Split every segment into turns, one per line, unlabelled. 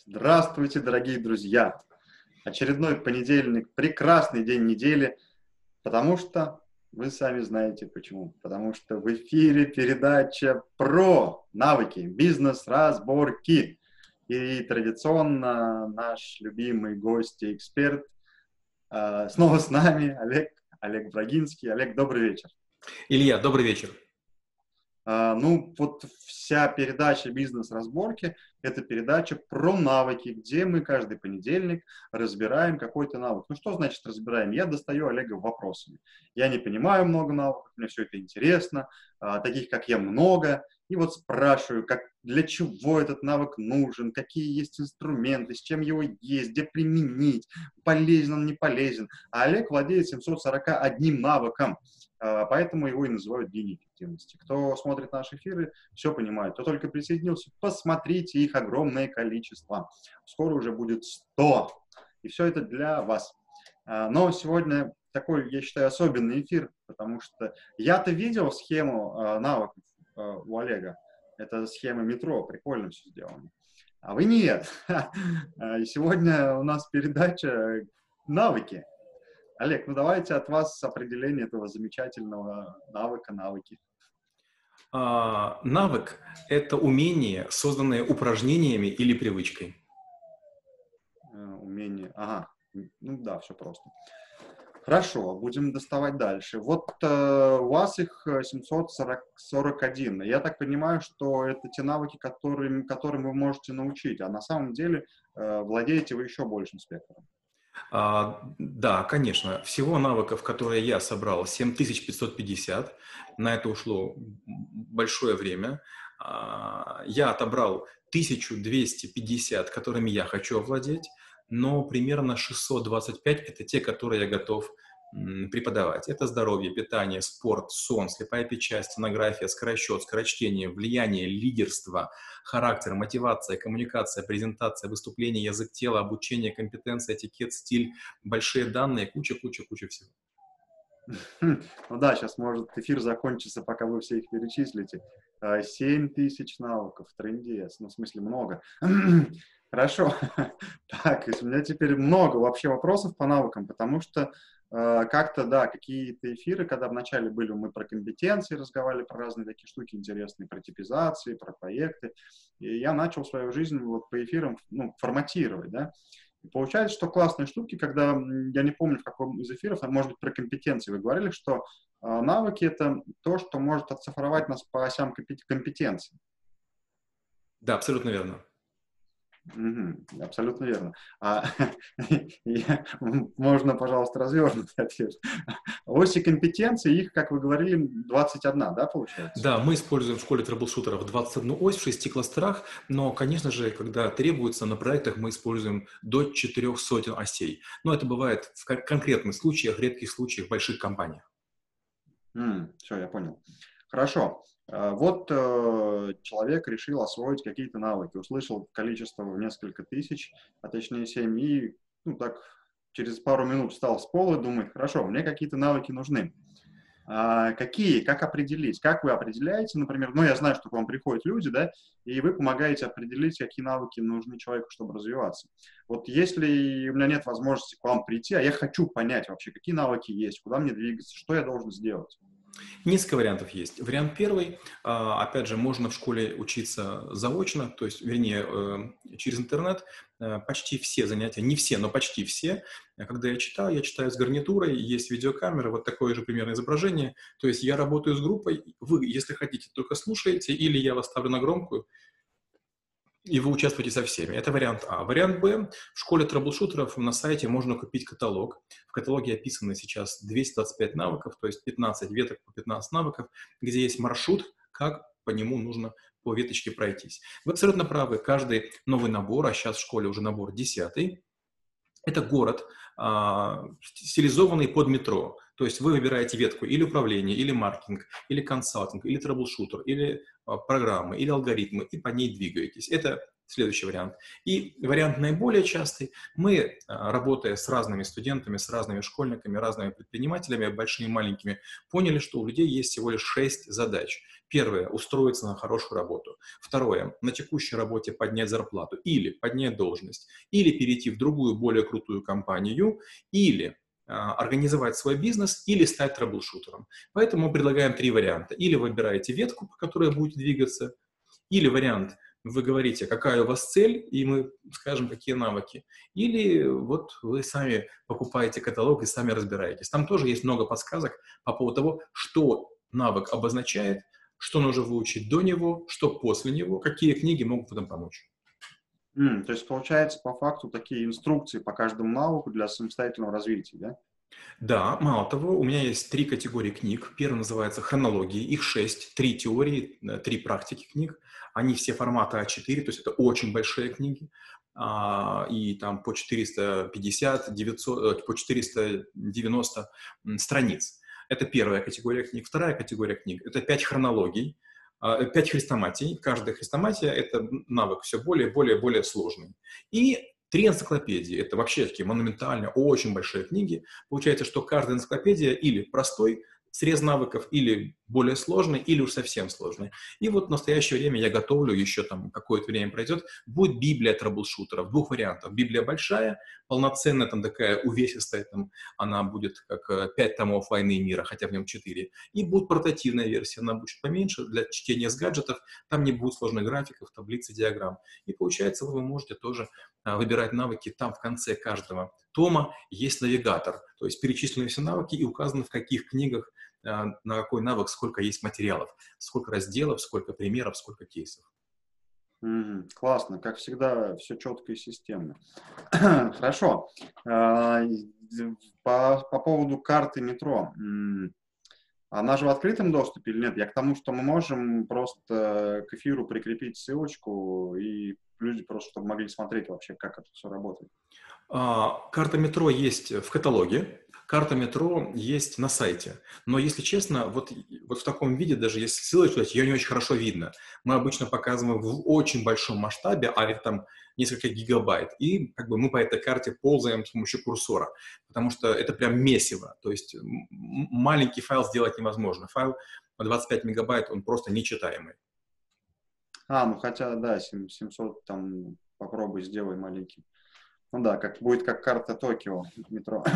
Здравствуйте, дорогие друзья! Очередной понедельник, прекрасный день недели, потому что вы сами знаете почему. Потому что в эфире передача про навыки, бизнес-разборки. И традиционно наш любимый гость и эксперт снова с нами, Олег Брагинский. Олег, добрый вечер.
Илья, добрый вечер.
Вот вся передача «Бизнес-разборки» — это передача про навыки, где мы каждый понедельник разбираем какой-то навык. Ну, что значит разбираем? Я достаю Олега вопросами. Я не понимаю много навыков, мне все это интересно, таких, как я, много. И вот спрашиваю, для чего этот навык нужен, какие есть инструменты, с чем его есть, где применить, полезен он, не полезен. А Олег владеет 741 навыком. Поэтому его и называют гений эффективности. Кто смотрит наши эфиры, все понимает. Кто только присоединился, посмотрите, их огромное количество. Скоро уже будет 100. И все это для вас. Но сегодня такой, я считаю, особенный эфир, потому что я-то видел схему навыков у Олега. Это схема метро, прикольно все сделано. А вы нет. И сегодня у нас передача «Навыки». Олег, давайте от вас определение этого замечательного навыки.
Навык – это умение, созданное упражнениями или привычкой.
Умение, да, все просто. Хорошо, будем доставать дальше. Вот у вас их 741. Я так понимаю, что это те навыки, которым вы можете научить, а на самом деле владеете вы еще большим спектром.
Да, конечно. Всего навыков, которые я собрал, 7550. На это ушло большое время. Я отобрал 1250, которыми я хочу овладеть, но примерно 625 – это те, которые я готов преподавать. Это здоровье, питание, спорт, сон, слепая печать, стенография, скоросчет, скорочтение, влияние, лидерство, характер, мотивация, коммуникация, презентация, выступление, язык тела, обучение, компетенция, этикет, стиль, большие данные, куча всего.
Ну да, сейчас может эфир закончится, пока вы все их перечислите. 7000 навыков, трындец, в смысле много. Хорошо. Так, у меня теперь много вообще вопросов по навыкам, потому что какие-то эфиры, когда вначале были, мы про компетенции разговаривали, про разные такие штуки интересные, про типизации, про проекты, и я начал свою жизнь по эфирам, форматировать, да. И получается, что классные штуки, когда, я не помню, в каком из эфиров, может быть, про компетенции вы говорили, что навыки — это то, что может оцифровать нас по осям компетенций.
Да, абсолютно верно.
Абсолютно верно. Можно, пожалуйста, развернутый ответ. Оси компетенции, их, как вы говорили, 21, да, получается?
Да, мы используем в школе трэблшутеров 21 ось в 6 кластерах, но, конечно же, когда требуется, на проектах мы используем до 400 осей. Но это бывает в конкретных случаях, редких случаях в больших компаниях.
Все, я понял. Хорошо. Вот человек решил освоить какие-то навыки, услышал количество в несколько тысяч, а точнее 7, и через пару минут встал с пола и думает: хорошо, мне какие-то навыки нужны. Какие? Как определить? Как вы определяете, например, я знаю, что к вам приходят люди, да, и вы помогаете определить, какие навыки нужны человеку, чтобы развиваться. Вот если у меня нет возможности к вам прийти, а я хочу понять вообще, какие навыки есть, куда мне двигаться, что я должен сделать?
Несколько вариантов есть. Вариант первый, опять же, можно в школе учиться заочно, то есть, через интернет. Почти все занятия, не все, но почти все. Когда я читаю с гарнитурой, есть видеокамера, вот такое же примерное изображение. То есть я работаю с группой, вы, если хотите, только слушаете, или я вас ставлю на громкую, и вы участвуете со всеми. Это вариант А. Вариант Б. В школе трэблшутеров на сайте можно купить каталог. В каталоге описаны сейчас 225 навыков, то есть 15 веток по 15 навыков, где есть маршрут, как по нему нужно по веточке пройтись. Вы абсолютно правы. Каждый новый набор, а сейчас в школе уже набор 10-й, это город, стилизованный под метро. То есть вы выбираете ветку или управление, или маркетинг, или консалтинг, или трэблшутер, или программы, или алгоритмы, и по ней двигаетесь. Это Следующий вариант. И вариант наиболее частый. Мы, работая с разными студентами, с разными школьниками, разными предпринимателями, большими и маленькими, поняли, что у людей есть всего лишь 6 задач. Первое – устроиться на хорошую работу. Второе – на текущей работе поднять зарплату или поднять должность, или перейти в другую, более крутую компанию, или организовать свой бизнес, или стать трэблшутером. Поэтому мы предлагаем 3 варианта. Или выбираете ветку, по которой будете двигаться, или вариант – вы говорите, какая у вас цель, и мы скажем, какие навыки. Или вот вы сами покупаете каталог и сами разбираетесь. Там тоже есть много подсказок по поводу того, что навык обозначает, что нужно выучить до него, что после него, какие книги могут в этом помочь.
То есть, получается, по факту такие инструкции по каждому навыку для самостоятельного развития, да?
Да, мало того, у меня есть 3 категории книг. Первая называется «Хронологии», их 6, 3 теории, 3 практики книг. Они все формата А4, то есть это очень большие книги. И там по 450, 900, по 490 страниц. Это первая категория книг. Вторая категория книг – это 5 хронологий, 5 хрестоматий. Каждая хрестоматия – это навык все более сложный. И 3 энциклопедии. Это вообще такие монументальные, очень большие книги. Получается, что каждая энциклопедия или простой срез навыков, или более сложный, или уж совсем сложный. И вот в настоящее время я готовлю, еще там какое-то время пройдет, будет Библия трэблшутеров, 2 вариантов. Библия большая, полноценная, там такая увесистая, там, она будет как 5 томов «Войны и мира», хотя в нем 4. И будет портативная версия, она будет чуть поменьше, для чтения с гаджетов, там не будет сложных графиков, таблиц и диаграмм. И получается, вы можете тоже выбирать навыки, там в конце каждого тома есть навигатор, то есть перечислены все навыки и указано, в каких книгах, на какой навык, сколько есть материалов, сколько разделов, сколько примеров, сколько кейсов.
Классно, как всегда, все четко и системно. Хорошо. По поводу карты метро. Она же в открытом доступе или нет? Я к тому, что мы можем просто к эфиру прикрепить ссылочку, и люди просто, чтобы могли смотреть вообще, как это все работает.
Карта метро есть в каталоге, карта метро есть на сайте. Но, если честно, вот в таком виде, даже если ссылочку дать, ее не очень хорошо видно. Мы обычно показываем в очень большом масштабе, а это там несколько гигабайт. И как бы мы по этой карте ползаем с помощью курсора, потому что это прям месиво. То есть маленький файл сделать невозможно. Файл 25 мегабайт, он просто нечитаемый.
Ну хотя, да, 700 там попробуй сделай маленький. Ну да, будет как карта Токио метро.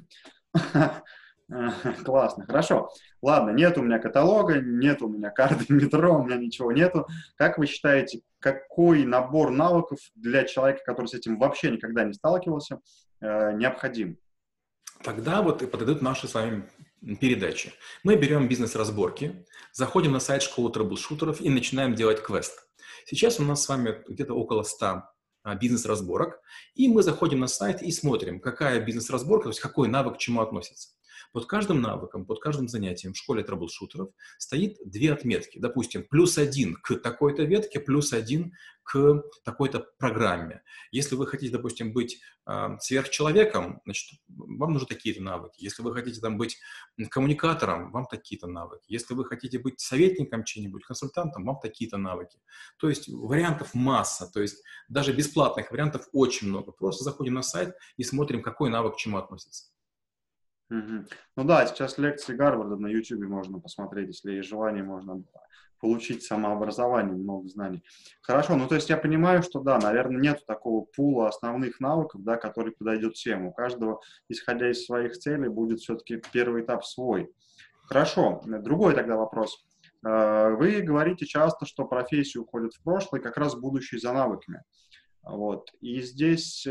Классно, хорошо. Ладно, нет у меня каталога, нет у меня карты метро, у меня ничего нету. Как вы считаете, какой набор навыков для человека, который с этим вообще никогда не сталкивался, необходим?
Тогда вот и подойдут наши с вами передачи. Мы берем бизнес-разборки, заходим на сайт школы трэблшутеров и начинаем делать квест. Сейчас у нас с вами где-то около 100 бизнес-разборок, и мы заходим на сайт и смотрим, какая бизнес-разборка, то есть какой навык к чему относится. Под каждым навыком, под каждым занятием в школе трэблшутеров стоит 2 отметки. Допустим, +1 к такой-то ветке, +1 к такой-то программе. Если вы хотите, допустим, быть сверхчеловеком, значит, вам нужны такие-то навыки. Если вы хотите там быть коммуникатором, вам такие-то навыки. Если вы хотите быть советником чьим-нибудь, консультантом, вам такие-то навыки. То есть вариантов масса. То есть даже бесплатных вариантов очень много. Просто заходим на сайт и смотрим, какой навык к чему относится.
Ну да, сейчас лекции Гарварда на YouTube можно посмотреть, если есть желание, можно получить самообразование, много знаний. Хорошо, ну то есть я понимаю, что да, наверное, нет такого пула основных навыков, да, который подойдет всем. У каждого, исходя из своих целей, будет все-таки первый этап свой. Хорошо, другой тогда вопрос. Вы говорите часто, что профессии уходят в прошлое, как раз будущее за навыками. Вот. И здесь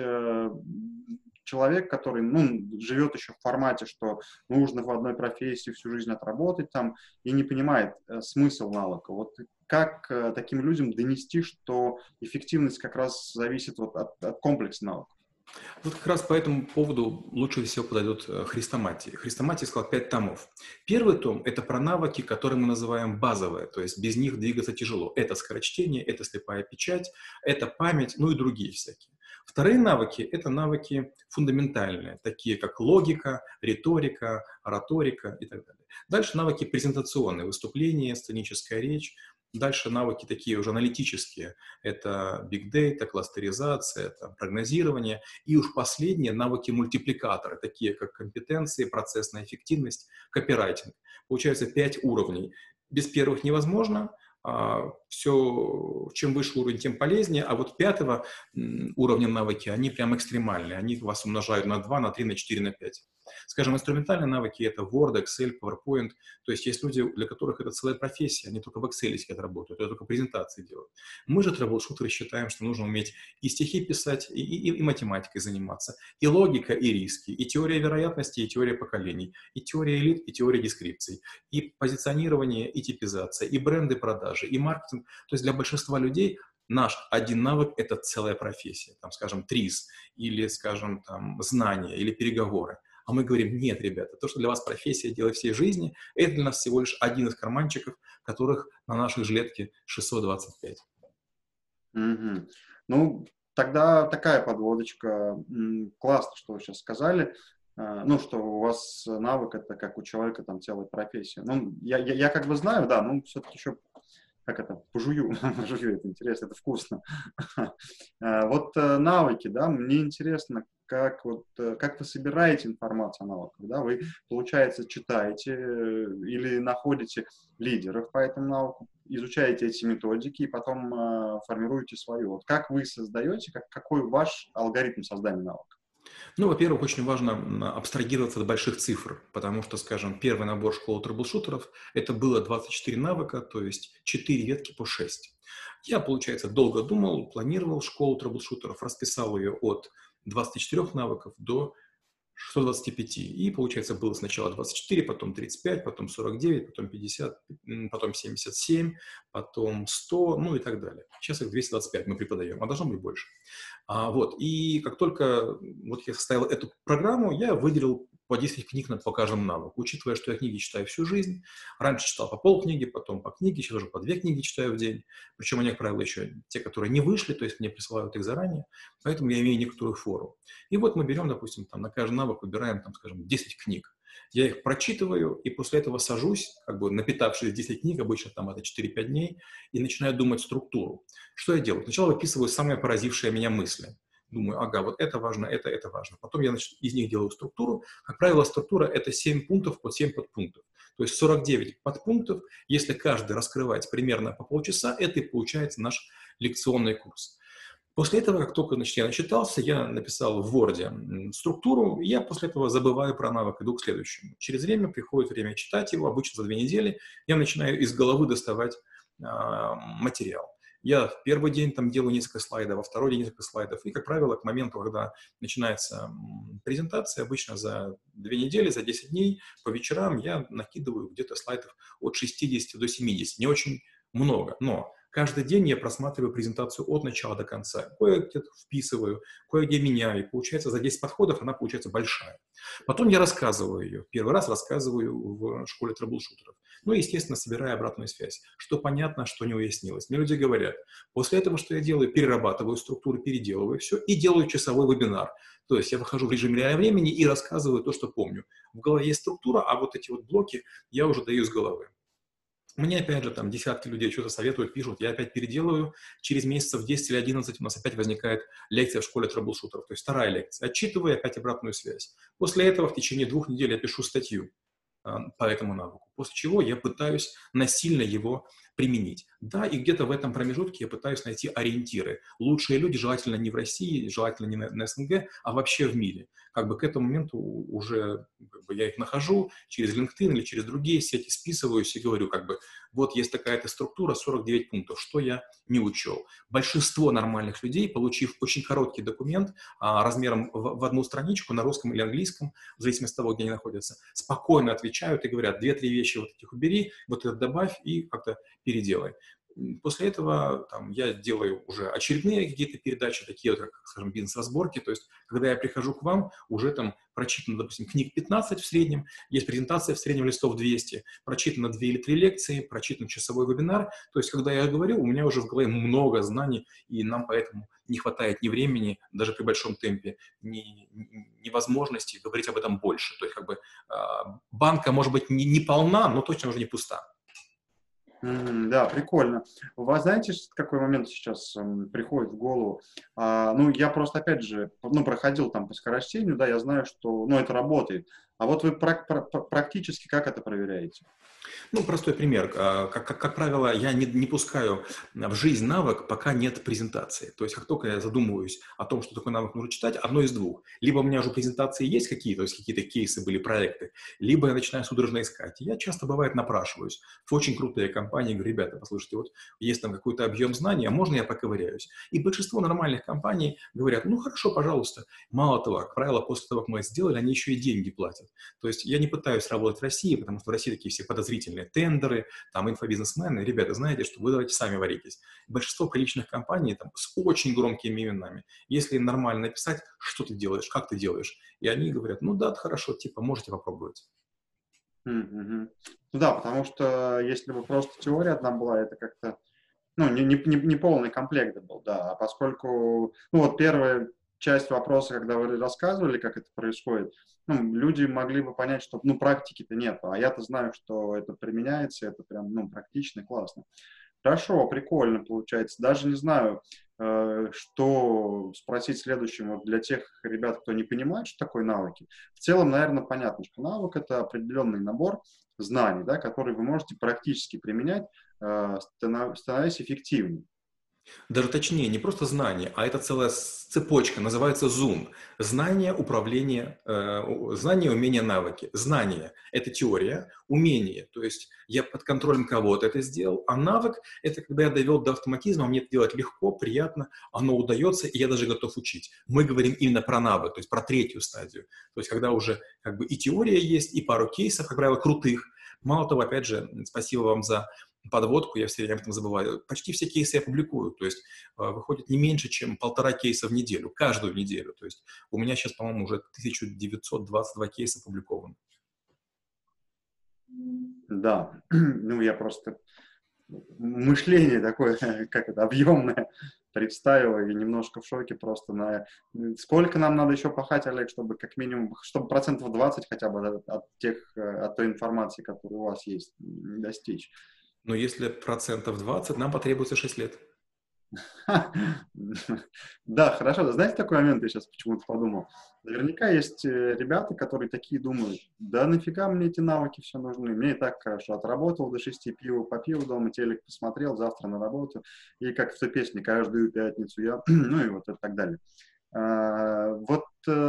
человек, который живет еще в формате, что нужно в одной профессии всю жизнь отработать там, и не понимает смысл навыка. Вот как таким людям донести, что эффективность как раз зависит вот от комплекса навыков?
Вот как раз по этому поводу лучше всего подойдут хрестоматии. Хрестоматии сказал 5 томов. Первый том – это про навыки, которые мы называем базовые, то есть без них двигаться тяжело. Это скорочтение, это слепая печать, это память, ну и другие всякие. Вторые навыки – это навыки фундаментальные, такие как логика, риторика, ораторика и так далее. Дальше навыки презентационные, выступления, сценическая речь, Дальше навыки такие уже аналитические. Это big data, кластеризация, это прогнозирование. И уж последние навыки мультипликаторы, такие как компетенции, процессная эффективность, копирайтинг. Получается 5 уровней. Без первых невозможно. Все, чем выше уровень, тем полезнее. А вот пятого уровня навыки, они прям экстремальные. Они вас умножают на 2, на 3, на 4, на 5. Скажем, инструментальные навыки — это Word, Excel, PowerPoint. То есть есть люди, для которых это целая профессия, они только в Excel сидят работают, только презентации делают. Мы же, трэблшутеры, считаем, что нужно уметь и стихи писать, и математикой заниматься, и логика, и риски, и теория вероятности, и теория поколений, и теория элит, и теория дескрипций, и позиционирование, и типизация, и бренды продажи, и маркетинг. То есть для большинства людей наш один навык — это целая профессия, там, скажем, ТРИЗ, или, скажем, там, знания, или переговоры. А мы говорим: нет, ребята, то, что для вас профессия, дело всей жизни, это для нас всего лишь один из карманчиков, которых на нашей жилетке 625.
Мгм. Ну, тогда такая подводочка. Классно, что вы сейчас сказали. Ну, что у вас навык — это как у человека там целая профессия. Ну, я как бы знаю, да, но все-таки еще как это, пожую, пожую, это интересно, это вкусно. Вот навыки, да, мне интересно, как вы собираете информацию о навыках, да, вы, получается, читаете или находите лидеров по этому навыку, изучаете эти методики и потом формируете свою. Вот как вы создаете, какой ваш алгоритм создания навыка?
Ну, во-первых, очень важно абстрагироваться от больших цифр, потому что, скажем, первый набор школы трэблшутеров — это было 24 навыка, то есть 4 ветки по 6. Я, получается, долго думал, планировал школу трэблшутеров, расписал ее от 24 навыков до 125. И, получается, было сначала 24, потом 35, потом 49, потом 50, потом 77, потом 100, ну и так далее. Сейчас их 225 мы преподаем, а должно быть больше. Вот. И как только вот я составил эту программу, я выделил по 10 книг по каждому навыку, учитывая, что я книги читаю всю жизнь. Раньше читал по полкниги, потом по книге, сейчас уже по 2 книги читаю в день. Причем они, как правило, еще те, которые не вышли, то есть мне присылают их заранее, поэтому я имею некоторую фору. И вот мы берем, допустим, там, на каждый навык выбираем, там, скажем, 10 книг. Я их прочитываю, и после этого сажусь, как бы напитавшись 10 книг, обычно там это 4-5 дней, и начинаю думать структуру. Что я делаю? Сначала выписываю самые поразившие меня мысли. Думаю: ага, вот это важно, это важно. Потом я, значит, из них делаю структуру. Как правило, структура — это 7 пунктов под 7 подпунктов. То есть 49 подпунктов. Если каждый раскрывать примерно по полчаса, это и получается наш лекционный курс. После этого, как только, значит, я начитался, я написал в Word структуру, и я после этого забываю про навык, иду к следующему. Через время приходит время читать его, обычно за 2 недели, я начинаю из головы доставать материал. Я в первый день там делаю несколько слайдов, во второй день несколько слайдов. И, как правило, к моменту, когда начинается презентация, обычно за 2 недели, за 10 дней, по вечерам я накидываю где-то слайдов от 60 до 70. Не очень много, но каждый день я просматриваю презентацию от начала до конца. Кое-где вписываю, кое-где меняю. И получается, за 10 подходов она получается большая. Потом я рассказываю ее. Первый раз рассказываю в школе трэблшутеров. Ну и, естественно, собираю обратную связь. Что понятно, что не уяснилось. Мне люди говорят: после этого, что я делаю, перерабатываю структуру, переделываю все и делаю часовой вебинар. То есть я выхожу в режим реального времени и рассказываю то, что помню. В голове есть структура, а вот эти вот блоки я уже даю с головы. Мне, опять же, там десятки людей что-то советуют, пишут, я опять переделываю. Через месяцев 10 или 11 у нас опять возникает лекция в школе трэблшутеров, то есть вторая лекция. Отчитываю опять обратную связь. После этого в течение 2 недель я пишу статью по этому навыку, после чего я пытаюсь насильно его применить. Да, и где-то в этом промежутке я пытаюсь найти ориентиры. Лучшие люди желательно не в России, желательно не на СНГ, а вообще в мире. Как бы к этому моменту уже как бы, я их нахожу через LinkedIn или через другие сети, списываюсь и говорю, как бы, вот есть такая-то структура, 49 пунктов, что я не учел. Большинство нормальных людей, получив очень короткий документ размером в одну страничку на русском или английском, в зависимости от того, где они находятся, спокойно отвечают и говорят: 2-3 вещи вот этих убери, вот это добавь и как-то переделай. После этого там, я делаю уже очередные какие-то передачи, такие вот, как, скажем, бизнес-разборки. То есть, когда я прихожу к вам, уже там прочитано, допустим, книг 15 в среднем, есть презентация в среднем листов 200, прочитано 2 или 3 лекции, прочитан часовой вебинар. То есть, когда я говорю, у меня уже в голове много знаний, и нам поэтому не хватает ни времени, даже при большом темпе, ни возможности говорить об этом больше. То есть, как бы, банка может быть не полна, но точно уже не пуста.
Да, прикольно. У вас, знаете, какой момент сейчас приходит в голову? Ну, я просто, опять же, ну, проходил там по скорочтению, да, я знаю, что, ну, это работает. А вот вы практически как это проверяете?
Ну, простой пример. Как правило, я не пускаю в жизнь навык, пока нет презентации. То есть, как только я задумываюсь о том, что такой навык нужно читать, одно из двух. Либо у меня уже презентации есть какие-то, то есть какие-то кейсы были, проекты, либо я начинаю судорожно искать. Я часто, бывает, напрашиваюсь в очень крутые компании, говорю, ребята, послушайте, вот есть там какой-то объем знаний, а можно я поковыряюсь? И большинство нормальных компаний говорят, ну, хорошо, пожалуйста. Мало того, как правило, после того, как мы это сделали, они еще и деньги платят. То есть я не пытаюсь работать в России, потому что в России такие все подозрительные тендеры, там инфобизнесмены. Ребята, знаете, что вы давайте сами варитесь. Большинство приличных компаний там с очень громкими именами. Если им нормально написать, что ты делаешь, как ты делаешь, и они говорят, ну да, хорошо, типа, можете попробовать.
Мгм. Ну да, потому что если бы просто теория одна была, это как-то, ну, не полный комплект был, да. А поскольку, ну, вот первая часть вопроса, когда вы рассказывали, как это происходит, ну, люди могли бы понять, что, ну, практики-то нет, а я-то знаю, что это применяется, это прям, ну, практично и классно. Хорошо, прикольно получается. Даже не знаю, что спросить следующим вот для тех ребят, кто не понимает, что такое навыки. В целом, наверное, понятно, что навык — это определенный набор знаний, да, которые вы можете практически применять, становясь эффективнее.
Даже точнее, не просто знание, а это целая цепочка, называется Zoom. Знание, управление, знание, умение, навыки. Знание — это теория, умение, то есть я под контролем кого-то это сделал, а навык — это когда я довел до автоматизма, мне это делать легко, приятно, оно удается, и я даже готов учить. Мы говорим именно про навык, то есть про третью стадию. То есть когда уже как бы и теория есть, и пару кейсов, как правило, крутых. Мало того, опять же, спасибо вам за подводку, я все время об этом забываю. Почти все кейсы я публикую, то есть выходит не меньше, чем 1,5 кейса в неделю, каждую неделю. То есть у меня сейчас, по-моему, уже 1922 кейса опубликованы.
Да, ну я просто мышление такое, как это, объемное представила и немножко в шоке просто на... Сколько нам надо еще пахать, Олег, чтобы как минимум, чтобы процентов 20 хотя бы от той информации, которая у вас есть, достичь?
Но если процентов 20, нам потребуется 6 лет.
Да, хорошо. Да, знаете, такой момент я сейчас почему-то подумал. Наверняка есть ребята, которые такие думают, да нафига мне эти навыки все нужны, мне и так хорошо. Отработал до 6, пиво попил дома, телек посмотрел, завтра на работу. И как в той песне, каждую пятницу я, ну и вот и так далее. Вот,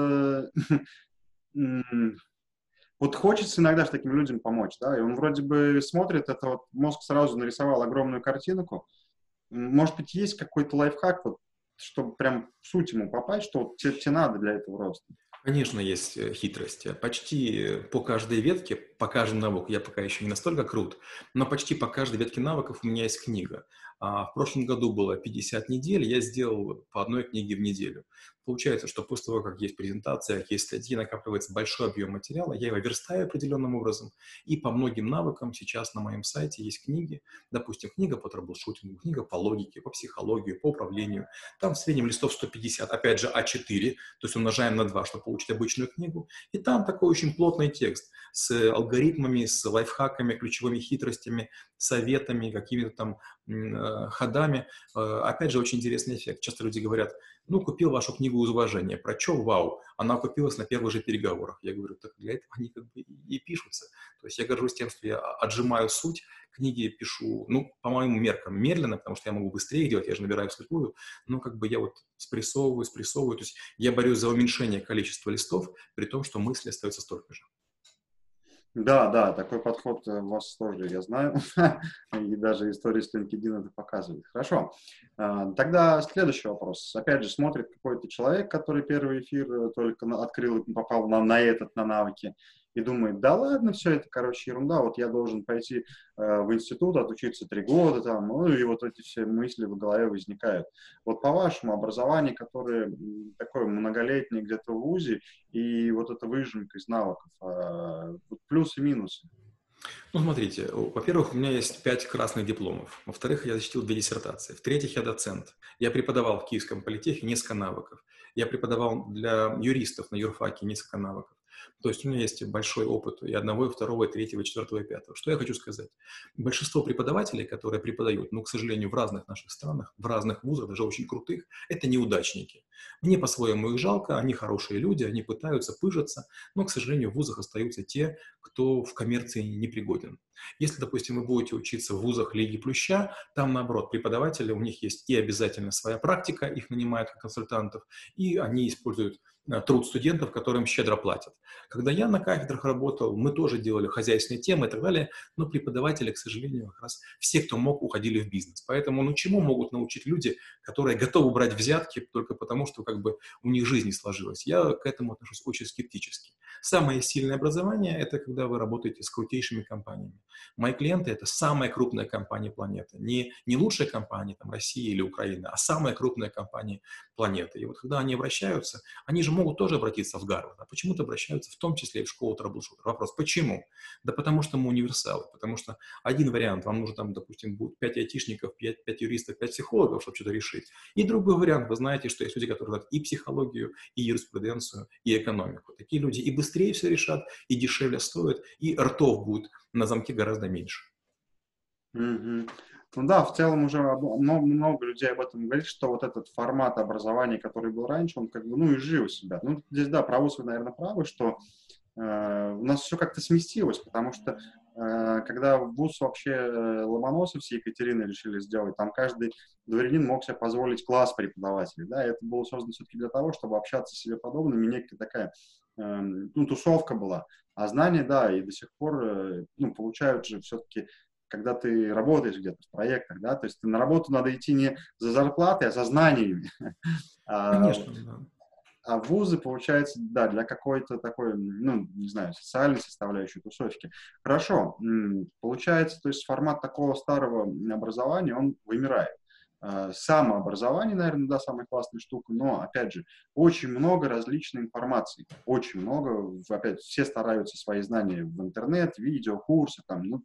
м, вот хочется иногда же таким людям помочь, да, и он вроде бы смотрит, это вот мозг сразу нарисовал огромную картинку. Может быть, есть какой-то лайфхак, вот, чтобы прям в суть ему попасть, что вот тебе надо для этого роста?
Конечно, есть хитрости. Почти по каждой ветке, по каждому навыку, я пока еще не настолько крут, но почти по каждой ветке навыков у меня есть книга. В прошлом году было 50 недель, я сделал по одной книге в неделю. Получается, что после того, как есть презентация, есть статьи, накапливается большой объем материала, я его верстаю определенным образом, и по многим навыкам сейчас на моем сайте есть книги, допустим, книга по трэблшутингу, книга по логике, по психологии, по управлению. Там в среднем листов 150, опять же, А4, то есть умножаем на 2, чтобы получить обычную книгу. И там такой очень плотный текст с алгоритмами, с лайфхаками, ключевыми хитростями, советами, какими-то там ходами. Опять же, очень интересный эффект. Часто люди говорят, ну, купил вашу книгу из уважения. Про что? Вау. Она окупилась на первых же переговорах. Я говорю, так для этого они как бы и пишутся. То есть я горжусь тем, что я отжимаю суть, книги пишу, ну, по моим меркам, медленно, потому что я могу быстрее делать, я же набираю вслепую, но как бы я вот спрессовываю, то есть я борюсь за уменьшение количества листов, при том, что мысли остаются столько же.
Да, да, такой подход у вас тоже, я знаю, и даже история с LinkedIn это показывает. Хорошо. Тогда следующий вопрос. Опять же, смотрит какой-то человек, который первый эфир только открыл и попал на навыки, и думает, да ладно, все это, короче, ерунда, вот я должен пойти в институт, отучиться 3 года, там, ну и вот эти все мысли в голове возникают. Вот по вашему образованию, которое такое многолетнее где-то в ВУЗе, и вот эта выжимка из навыков, вот плюсы и минусы.
Ну, смотрите, во-первых, у меня есть 5 красных дипломов. Во-вторых, я защитил 2 диссертации. В-третьих, я доцент. Я преподавал в Киевском политехе несколько навыков. Я преподавал для юристов на юрфаке несколько навыков. То есть у меня есть большой опыт и одного, и второго, и третьего, и четвертого, и пятого. Что я хочу сказать? Большинство преподавателей, которые преподают, ну, к сожалению, в разных наших странах, в разных вузах, даже очень крутых, это неудачники. Мне по-своему их жалко, они хорошие люди, они пытаются, пыжатся, но, к сожалению, в вузах остаются те, кто в коммерции не пригоден. Если, допустим, вы будете учиться в вузах Лиги Плюща, там, наоборот, преподаватели, у них есть и обязательно своя практика, их нанимают как консультантов, и они используют труд студентов, которым щедро платят. Когда я на кафедрах работал, мы тоже делали хозяйственные темы и так далее, но преподаватели, к сожалению, как раз все, кто мог, уходили в бизнес. Поэтому, ну, чему могут научить люди, которые готовы брать взятки только потому, что как бы у них жизнь не сложилась? Я к этому отношусь очень скептически. Самое сильное образование – это когда вы работаете с крутейшими компаниями. Мои клиенты – это самая крупная компания планеты. Не лучшая компания там, России или Украины, а самая крупная компания планеты. И вот когда они обращаются, они же могут тоже обратиться в Гарвард, а почему-то обращаются в том числе и в школу трэблшутера. Вопрос, почему? Да потому что мы универсалы, потому что один вариант, вам нужно там, допустим, будет 5 айтишников, 5 юристов, 5 психологов, чтобы что-то решить. И другой вариант, вы знаете, что есть люди, которые знают и психологию, и юриспруденцию, и экономику. Такие люди и быстрее все решат, и дешевле стоят, и ртов будет на замке гораздо меньше.
Мгм. Ну да, в целом уже много людей об этом говорит, что вот этот формат образования, который был раньше, он как бы, ну, изжил себя. Ну, здесь, да, про вуз вы, наверное, правы, что у нас все как-то сместилось, потому что когда вуз вообще Ломоносов с Екатериной решили сделать, там каждый дворянин мог себе позволить класс преподавателей, да, и это было создано все-таки для того, чтобы общаться с себе подобными, некая такая, ну, тусовка была. А знания, да, и до сих пор, ну, получают же все-таки, когда ты работаешь где-то в проектах, да, то есть на работу надо идти не за зарплатой, а за знаниями. А,
Конечно, да.
а вузы, получается, да, для какой-то такой, ну, не знаю, социальной составляющей тусовки. Хорошо, получается, то есть формат такого старого образования, он вымирает. Самообразование, наверное, да, самая классная штука, но, опять же, очень много различной информации, очень много, опять, все стараются свои знания в интернет, видео, курсы, там, ну,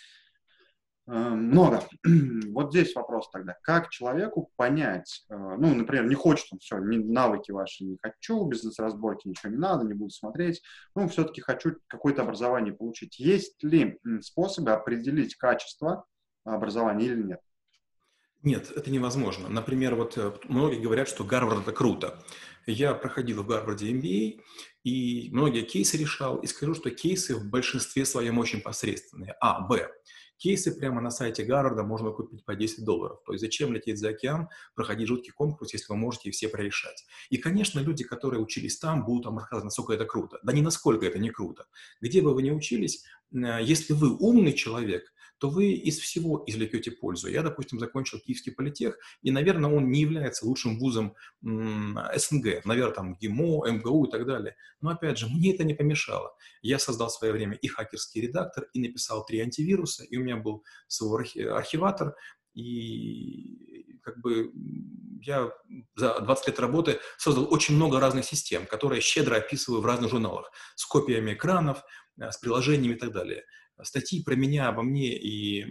много. Вот здесь вопрос тогда. Как человеку понять, ну, например, не хочет он, все, навыки ваши не хочу, бизнес-разборки ничего не надо, не буду смотреть, ну, все-таки хочу какое-то образование получить. Есть ли способы определить качество образования или нет?
Нет, это невозможно. Например, вот многие говорят, что Гарвард – это круто. Я проходил в Гарварде MBA, и многие кейсы решал, и скажу, что кейсы в большинстве своем очень посредственные. А, Б. Кейсы прямо на сайте Гарварда можно купить по $10. То есть зачем лететь за океан, проходить жуткий конкурс, если вы можете их все прорешать. И, конечно, люди, которые учились там, будут вам рассказывать, насколько это круто. Да не насколько это не круто. Где бы вы ни учились, если вы умный человек, то вы из всего извлекете пользу. Я, допустим, закончил Киевский политех, и, наверное, он не является лучшим вузом СНГ. Наверное, там ГИМО, МГУ и так далее. Но, опять же, мне это не помешало. Я создал в свое время и хакерский редактор, и написал 3 антивируса, и у меня был свой архиватор, и как бы я за 20 лет работы создал очень много разных систем, которые щедро описываю в разных журналах, с копиями экранов, с приложениями и так далее. Статьи про меня, обо мне и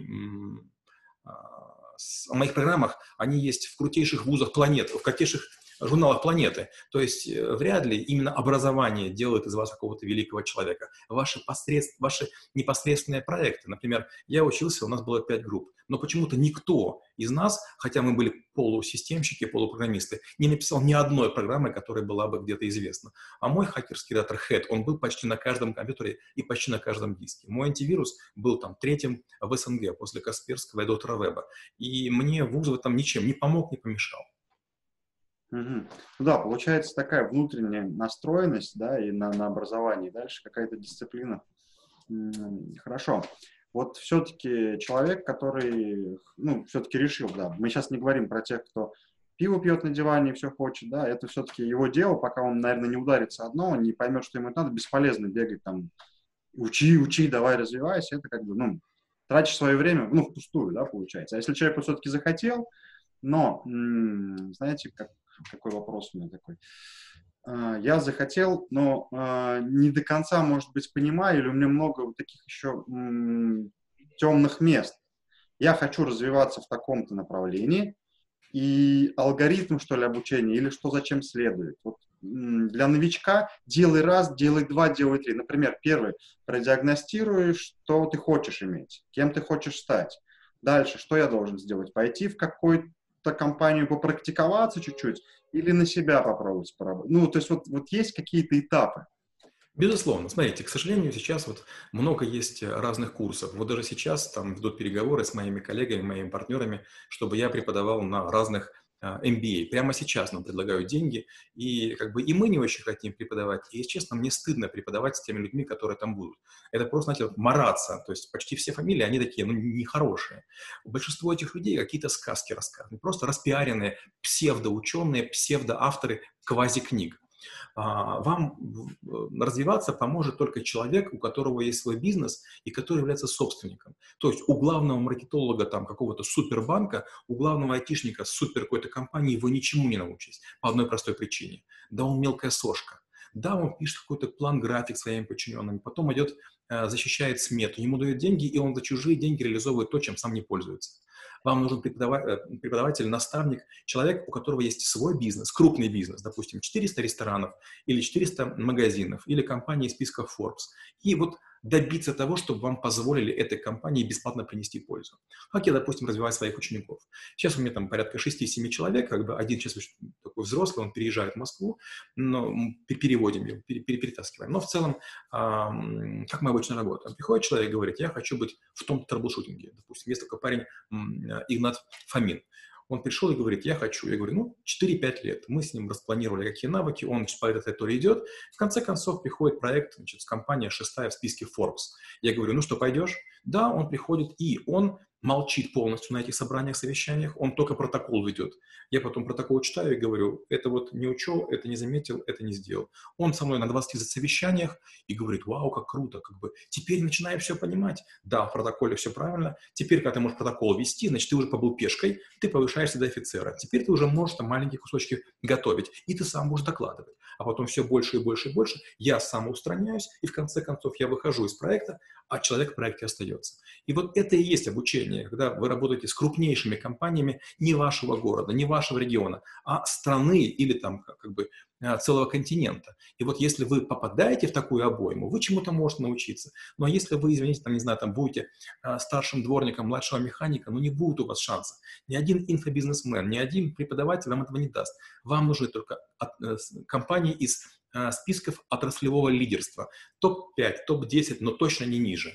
о моих программах, они есть в крутейших вузах планеты, в крутейших журналах планеты. То есть вряд ли именно образование делает из вас какого-то великого человека. Ваши непосредственные проекты. Например, я учился, у нас было 5 групп, но почему-то никто из нас, хотя мы были полусистемщики, полупрограммисты, не написал ни одной программы, которая была бы где-то известна. А мой хакерский редактор Head, он был почти на каждом компьютере и почти на каждом диске. Мой антивирус был там 3-м в СНГ после Касперского и доктора Веба. И мне вуз в этом ничем не помог, не помешал.
Мгм. Ну да, получается такая внутренняя настроенность, да, и на образование, дальше какая-то дисциплина. Хорошо. Вот все-таки человек, который, ну, все-таки решил, да, мы сейчас не говорим про тех, кто пиво пьет на диване и все хочет, да, это все-таки его дело, пока он, наверное, не ударится одно, он не поймет, что ему это надо, бесполезно бегать там, учи, давай развивайся, это как бы, ну, тратишь свое время, ну, впустую, да, получается. А если человек все-таки захотел, но, знаете, какой вопрос у меня такой? Я захотел, но не до конца, может быть, понимаю, или у меня много вот таких еще темных мест. Я хочу развиваться в таком-то направлении, и алгоритм, что ли, обучения, или что зачем следует. Вот для новичка делай раз, делай два, делай три. Например, первый, продиагностируй, что ты хочешь иметь, кем ты хочешь стать. Дальше, что я должен сделать? Пойти в какую-то компанию попрактиковаться чуть-чуть или на себя попробовать поработать? Ну, то есть вот есть какие-то этапы.
Безусловно. Смотрите, к сожалению, сейчас вот много есть разных курсов. Вот даже сейчас там ведут переговоры с моими коллегами, моими партнерами, чтобы я преподавал на разных MBA. Прямо сейчас нам предлагают деньги, и как бы и мы не очень хотим преподавать. И, если честно, мне стыдно преподавать с теми людьми, которые там будут. Это просто, знаете, вот мараться. То есть почти все фамилии, они такие, ну, нехорошие. Большинство этих людей какие-то сказки рассказаны, просто распиаренные псевдоученые, псевдоавторы квази-книг. Вам развиваться поможет только человек, у которого есть свой бизнес и который является собственником. То есть у главного маркетолога там какого-то супербанка, у главного айтишника супер какой-то компании вы ничему не научитесь по одной простой причине. Да, он мелкая сошка. Да, он пишет какой-то план-график своим подчиненным, потом идет, защищает смету, ему дают деньги, и он за чужие деньги реализовывает то, чем сам не пользуется. Вам нужен преподаватель, наставник, человек, у которого есть свой бизнес, крупный бизнес, допустим, 400 ресторанов или 400 магазинов или компании из списка Forbes. И вот добиться того, чтобы вам позволили этой компании бесплатно принести пользу. Как я, допустим, развиваю своих учеников. Сейчас у меня там порядка 6-7 человек, как бы один сейчас такой взрослый, он переезжает в Москву, но мы переводим его, перетаскиваем. Но в целом, как мы обычно работаем. Приходит человек и говорит, я хочу быть в том трэблшутинге. Допустим, есть такой парень Игнат Фомин. Он пришел и говорит, я хочу. Я говорю, ну, 4-5 лет. Мы с ним распланировали, какие навыки, он по этой траектории идет. В конце концов, приходит проект, значит, компания 6-я в списке Forbes. Я говорю, ну что, пойдешь? Да, он приходит, и он молчит полностью на этих собраниях, совещаниях, он только протокол ведет. Я потом протокол читаю и говорю, это вот не учел, это не заметил, это не сделал. Он со мной на 20 совещаниях и говорит, вау, как круто, как бы теперь начинаю все понимать. Да, в протоколе все правильно. Теперь, когда ты можешь протокол вести, значит, ты уже побыл пешкой, ты повышаешься до офицера. Теперь ты уже можешь там маленькие кусочки готовить, и ты сам будешь докладывать. А потом все больше и больше и больше. Я самоустраняюсь, и в конце концов я выхожу из проекта, а человек в проекте остается. И вот это и есть обучение, когда вы работаете с крупнейшими компаниями не вашего города, не вашего региона, а страны или там как бы целого континента. И вот если вы попадаете в такую обойму, вы чему-то можете научиться. Ну а если вы, извините, там, не знаю, там будете старшим дворником младшего механика, ну не будет у вас шансов. Ни один инфобизнесмен, ни один преподаватель вам этого не даст. Вам нужны только компании из списков отраслевого лидерства. Топ-5, топ-10, но точно не ниже.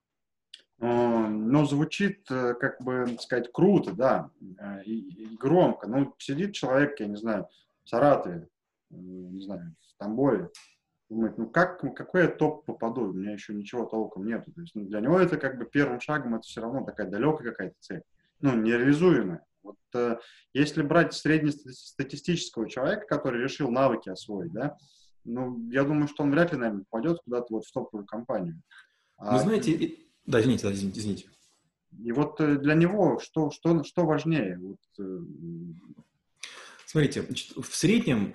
Ну, звучит, как бы сказать, круто, да, и громко. Ну, сидит человек, я не знаю, в Саратове, не знаю, в Тамбове, думает, ну, какой я топ попаду? У меня еще ничего толком нету. То есть, ну, для него это как бы первым шагом, это все равно такая далекая какая-то цель, ну, нереализуемая. Вот если брать среднестатистического человека, который решил навыки освоить, да, ну, я думаю, что он вряд ли, наверное, пойдет куда-то вот в топовую компанию.
Вы знаете, да, извините.
И вот для него что важнее? Вот,
Смотрите, значит, в среднем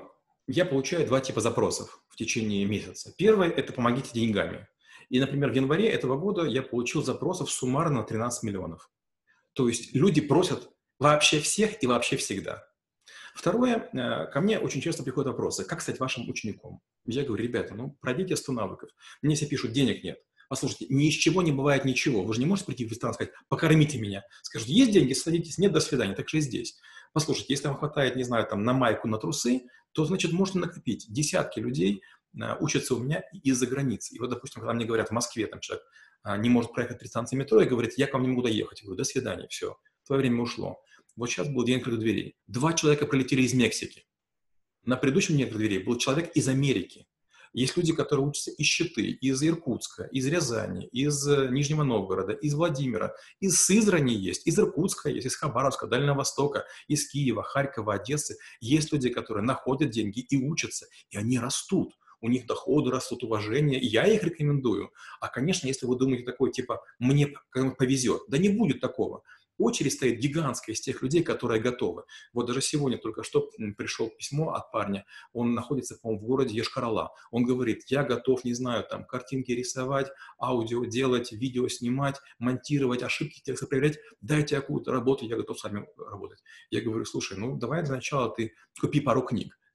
я получаю 2 типа запросов в течение месяца. Первый – это «помогите деньгами». И, например, в январе этого года я получил запросов суммарно 13 миллионов. То есть люди просят вообще всех и вообще всегда. Второе, ко мне очень часто приходят вопросы, как стать вашим учеником? Я говорю, ребята, ну, пройдите 100 навыков. Мне все пишут, денег нет. Послушайте, ни из чего не бывает ничего. Вы же не можете прийти в ресторан и сказать, покормите меня. Скажите, есть деньги, садитесь, нет, до свидания. Так же и здесь. Послушайте, если вам хватает, не знаю, там, на майку, на трусы, то, значит, можете накопить. Десятки людей учатся у меня из-за границы. И вот, допустим, когда мне говорят, в Москве там человек не может проехать 3 станции метро и говорит, я к вам не могу доехать. Я говорю, до свидания, все, твое время ушло. Вот сейчас был день открытых дверей. 2 человека прилетели из Мексики. На предыдущем дне открытых дверей был человек из Америки. Есть люди, которые учатся из Читы, из Иркутска, из Рязани, из Нижнего Новгорода, из Владимира, из Сызрани есть, из Иркутска есть, из Хабаровска, Дальнего Востока, из Киева, Харькова, Одессы. Есть люди, которые находят деньги и учатся, и они растут. У них доходы растут, уважение, и я их рекомендую. А, конечно, если вы думаете такое, типа, мне повезет, да не будет такого. Очередь стоит гигантская из тех людей, которые готовы. Вот даже сегодня только что пришло письмо от парня, он находится, по-моему, в городе Йошкар-Ола. Он говорит, я готов, не знаю, там, картинки рисовать, аудио делать, видео снимать, монтировать, ошибки текста проверять, дайте какую-то работу, я готов с вами работать. Я говорю, слушай, ну давай для начала ты купи пару книг.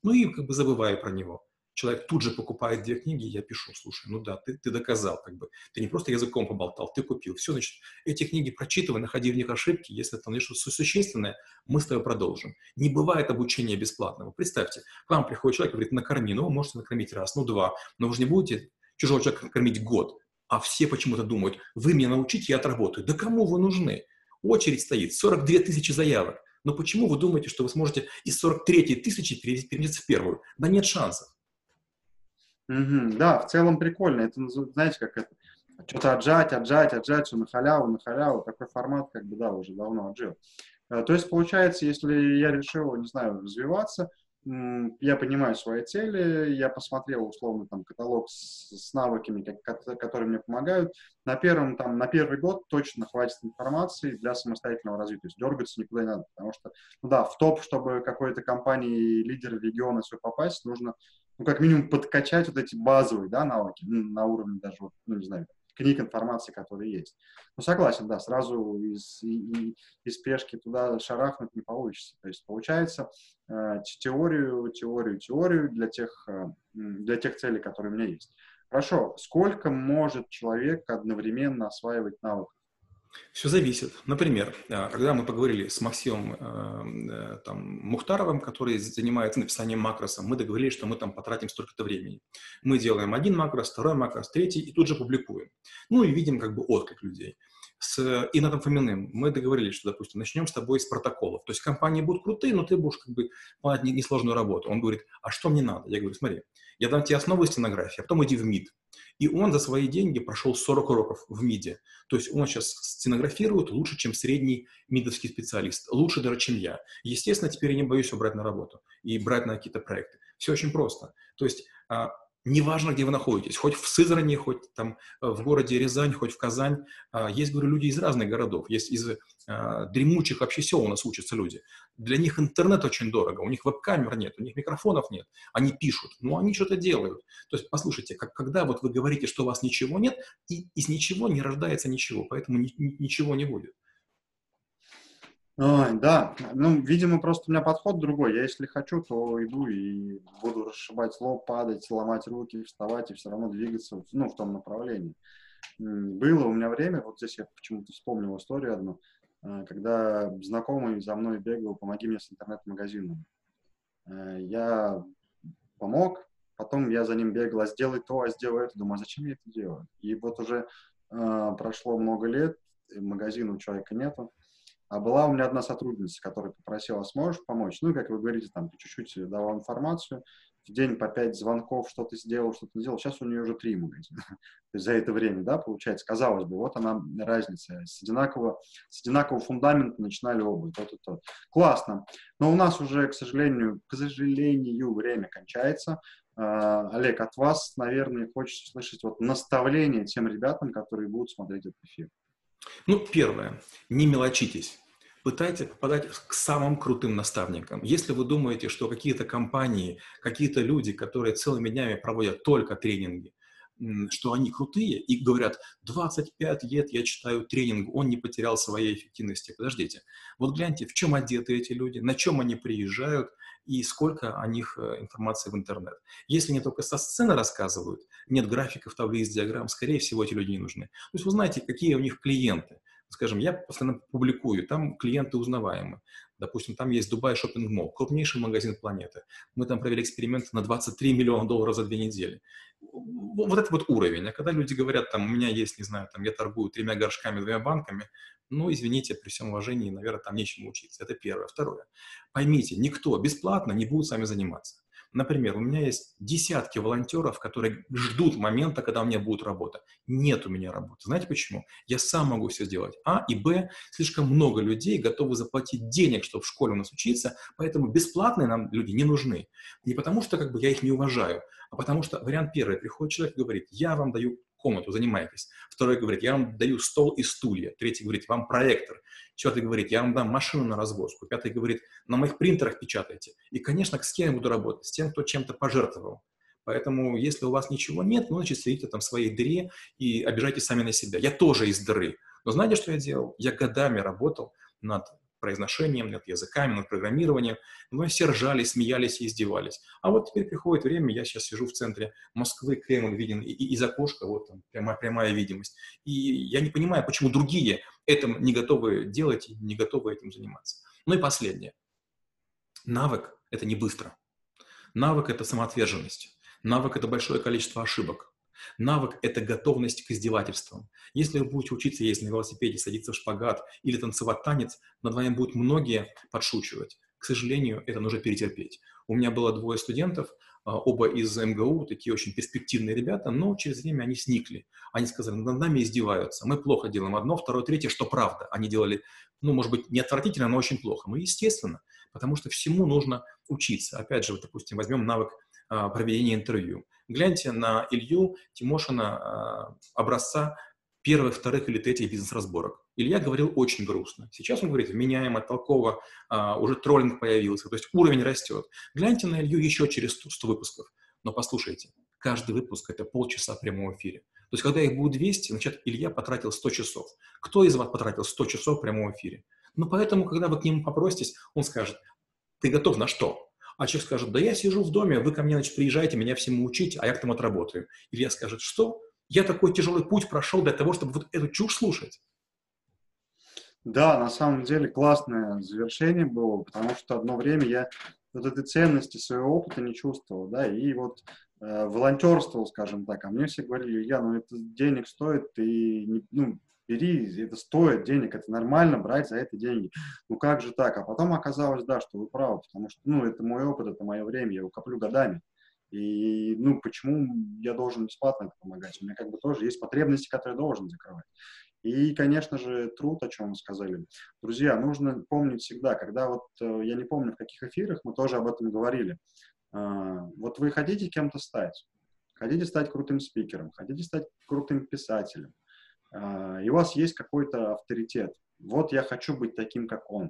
Ну и как бы забываю про него. Человек тут же покупает 2 книги, я пишу: слушай, ну да, ты доказал, как бы, ты не просто языком поболтал, ты купил. Все, значит, эти книги прочитывай, находи в них ошибки, если там есть что-то существенное, мы с тобой продолжим. Не бывает обучения бесплатного. Представьте, к вам приходит человек и говорит: накорми, ну, вы можете накормить раз, ну, два, но вы же не будете чужого человека кормить год. А все почему-то думают: вы меня научите, я отработаю. Да кому вы нужны? Очередь стоит, 42 тысячи заявок. Но почему вы думаете, что вы сможете из 43 тысячи переместиться в первую? Да нет шансов.
Да, в целом прикольно. Это, знаете, как это, что-то отжать, что на халяву. Такой формат, как бы, да, уже давно отжил. То есть, получается, если я решил, не знаю, развиваться, я понимаю свои цели, я посмотрел, условно, там, каталог с навыками, которые мне помогают. На первый год точно хватит информации для самостоятельного развития. То есть дергаться никуда не надо, потому что, ну да, в топ, чтобы какой-то компании, лидер региона все попасть, нужно, ну, как минимум, подкачать вот эти базовые, да, навыки, на уровне даже, вот, ну, не знаю, книг информации, которые есть. Ну, согласен, да, сразу из пешки туда шарахнуть не получится. То есть, получается, теорию для тех целей, которые у меня есть. Хорошо, сколько может человек одновременно осваивать навык?
Все зависит. Например, когда мы поговорили с Максимом Мухтаровым, который занимается написанием макроса, мы договорились, что мы там потратим столько-то времени. Мы делаем один макрос, второй макрос, третий, и тут же публикуем. Ну и видим как бы отклик людей. С Иннатом Фоминым мы договорились, что, допустим, начнем с тобой с протоколов. То есть компании будут крутые, но ты будешь как бы выполнять несложную работу. Он говорит: а что мне надо? Я говорю: смотри, я дам тебе основу стенографии, а потом иди в МИД. И он за свои деньги прошел 40 уроков в МИДе. То есть он сейчас стенографирует лучше, чем средний МИДовский специалист. Лучше даже, чем я. Естественно, теперь я не боюсь его брать на работу и брать на какие-то проекты. Все очень просто. То есть неважно, где вы находитесь, хоть в Сызрани, хоть там в городе Рязань, хоть в Казань. Есть, говорю, люди из разных городов. Есть из дремучих вообще сел у нас учатся люди. Для них интернет очень дорого, у них веб-камер нет, у них микрофонов нет. Они пишут, но они что-то делают. То есть, послушайте, когда вот вы говорите, что у вас ничего нет, и из ничего не рождается ничего, поэтому ничего не будет.
Ой, да, ну, видимо, просто у меня подход другой. Я, если хочу, то иду и буду расшибать лоб, падать, ломать руки, вставать и все равно двигаться, ну, в том направлении. Было у меня время, вот здесь я почему-то вспомнил историю одну, когда знакомый за мной бегал: помоги мне с интернет-магазином. Я помог, потом я за ним бегал: а сделай то, а сделай это. Думаю: а зачем я это делаю? И вот уже прошло много лет, магазина у человека нету. А была у меня одна сотрудница, которая попросила: сможешь помочь? Ну, и, как вы говорите, там, чуть-чуть давал информацию, в день по 5 звонков, что-то сделал, что-то не сделал. Сейчас у нее уже 3 магазина. То есть за это время, да, получается, казалось бы, вот она разница. С одинакового фундамента начинали оба, тот и тот. Классно. Но у нас уже, к сожалению, время кончается. Олег, от вас, наверное, хочется услышать вот наставление тем ребятам, которые будут смотреть этот эфир.
Ну, первое, не мелочитесь. Пытайтесь попадать к самым крутым наставникам. Если вы думаете, что какие-то компании, какие-то люди, которые целыми днями проводят только тренинги, что они крутые и говорят: 25 лет я читаю тренинг, он не потерял своей эффективности. Подождите, вот гляньте, в чем одеты эти люди, на чем они приезжают и сколько о них информации в интернет. Если они только со сцены рассказывают, нет графиков, таблиц, диаграмм, скорее всего, эти люди не нужны. То есть вы знаете, какие у них клиенты. Скажем, я постоянно публикую, там клиенты узнаваемы. Допустим, там есть Dubai Shopping Mall, крупнейший магазин планеты. Мы там провели эксперимент на $23 миллиона за 2 недели. Вот это вот уровень. А когда люди говорят, там, у меня есть, не знаю, там, я торгую 3 горшками, 2 банками, ну, извините, при всем уважении, наверное, там нечему учиться. Это первое. Второе. Поймите, никто бесплатно не будет с вами заниматься. Например, у меня есть десятки волонтеров, которые ждут момента, когда у меня будет работа. Нет у меня работы. Знаете почему? Я сам могу все сделать. А и Б, слишком много людей готовы заплатить денег, чтобы в школе у нас учиться, поэтому бесплатные нам люди не нужны. Не потому что как бы я их не уважаю, а потому что вариант первый. Приходит человек и говорит: я вам даю комнату, занимайтесь. Второй говорит: я вам даю стол и стулья. Третий говорит: вам проектор. Четвертый говорит: я вам дам машину на развозку. Пятый говорит: на моих принтерах печатайте. И, конечно, с кем я буду работать? С тем, кто чем-то пожертвовал. Поэтому, если у вас ничего нет, ну, значит, сидите там в своей дыре и обижайтесь сами на себя. Я тоже из дыры. Но знаете, что я делал? Я годами работал над произношением, над языками, над программированием. Мы все ржали, смеялись и издевались. А вот теперь приходит время, я сейчас сижу в центре Москвы, Кремль виден из окошка, вот там прямая видимость. И я не понимаю, почему другие этим не готовы делать и не готовы этим заниматься. Ну и последнее. Навык – это не быстро. Навык – это самоотверженность. Навык – это большое количество ошибок. Навык – это готовность к издевательствам. Если вы будете учиться ездить на велосипеде, садиться в шпагат или танцевать танец, над вами будут многие подшучивать. К сожалению, это нужно перетерпеть. У меня было 2 студентов, оба из МГУ, такие очень перспективные ребята, но через время они сникли. Они сказали, над нами издеваются, мы плохо делаем одно, второе, третье, что правда. Они делали, может быть, не отвратительно, но очень плохо. Ну, естественно, потому что всему нужно учиться. Опять же, вот, допустим, возьмем навык проведения интервью. Гляньте на Илью Тимошина образца первых, вторых или третьих бизнес-разборок. Илья говорил очень грустно. Сейчас он говорит вменяемо, толково, уже троллинг появился, то есть уровень растет. Гляньте на Илью еще через 100 выпусков. Но послушайте, каждый выпуск – это полчаса в прямом эфире. То есть когда их будет 200, значит, Илья потратил 100 часов. Кто из вас потратил 100 часов в прямом эфире? Поэтому, когда вы к нему попроситесь, он скажет, ты готов на что? А человек скажет, да я сижу в доме, вы ко мне, значит, приезжаете, меня всему учить, а я там отработаю. Илья скажет, что? Я такой тяжелый путь прошел для того, чтобы вот эту чушь слушать.
Да, на самом деле классное завершение было, потому что одно время я вот этой ценности своего опыта не чувствовал, да, и вот волонтерствовал, скажем так, а мне все говорили, Илья, это денег стоит, ты, бери, это стоит денег, это нормально брать за это деньги. Как же так? А потом оказалось, да, что вы правы, потому что, это мой опыт, это мое время, я его коплю годами. И, почему я должен бесплатно это помогать? У меня тоже есть потребности, которые я должен закрывать. И, конечно же, труд, о чем вы сказали. Друзья, нужно помнить всегда, когда я не помню, в каких эфирах мы тоже об этом говорили. Вот вы хотите кем-то стать, хотите стать крутым спикером, хотите стать крутым писателем, и у вас есть какой-то авторитет. Вот я хочу быть таким, как он.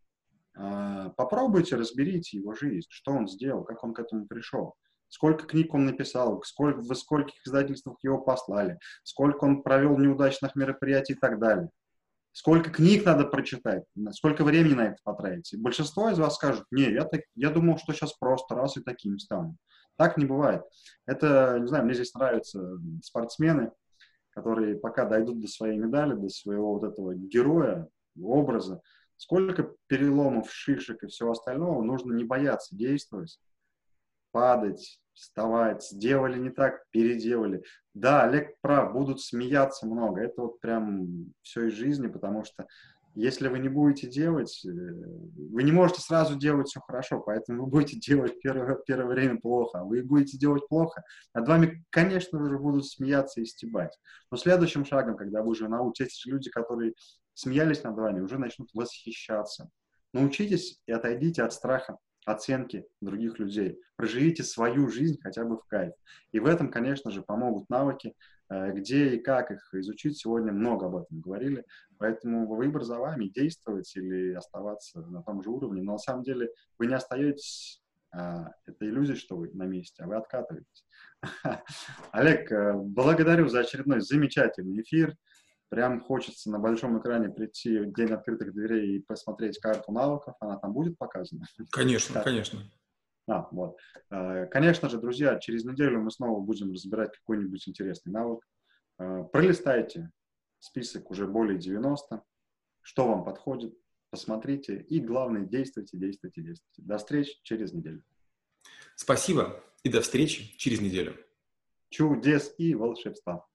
Попробуйте, разберите его жизнь, что он сделал, как он к этому пришел. Сколько книг он написал, в скольких издательствах его послали, сколько он провел неудачных мероприятий и так далее. Сколько книг надо прочитать, сколько времени на это потратить. И большинство из вас скажут, не, я думал, что сейчас просто раз и таким стану. Так не бывает. Это, не знаю, мне здесь нравятся спортсмены, которые пока дойдут до своей медали, до своего вот этого героя, образа, сколько переломов, шишек и всего остального, нужно не бояться действовать, падать, вставать, сделали не так, переделали. Да, Олег прав, будут смеяться много, это прям все из жизни, потому что если вы не будете делать, вы не можете сразу делать все хорошо, поэтому вы будете делать первое время плохо, а вы будете делать плохо, над вами, конечно же, будут смеяться и стебать. Но следующим шагом, когда вы уже научитесь, люди, которые смеялись над вами, уже начнут восхищаться. Научитесь и отойдите от страха оценки других людей. Проживите свою жизнь хотя бы в кайф. И в этом, конечно же, помогут навыки, где и как их изучить. Сегодня много об этом говорили. Поэтому выбор за вами, действовать или оставаться на том же уровне. Но на самом деле вы не остаетесь, это иллюзия, что вы на месте, а вы откатываетесь. Олег, благодарю за очередной замечательный эфир. Прям хочется на большом экране прийти в день открытых дверей и посмотреть карту навыков. Она там будет показана?
Конечно, конечно.
Вот. Конечно же, друзья, через неделю мы снова будем разбирать какой-нибудь интересный навык. Пролистайте список, уже более 90. Что вам подходит, посмотрите. И главное, действуйте, действуйте, действуйте. До встречи через неделю.
Спасибо и до встречи через неделю.
Чудес и волшебства.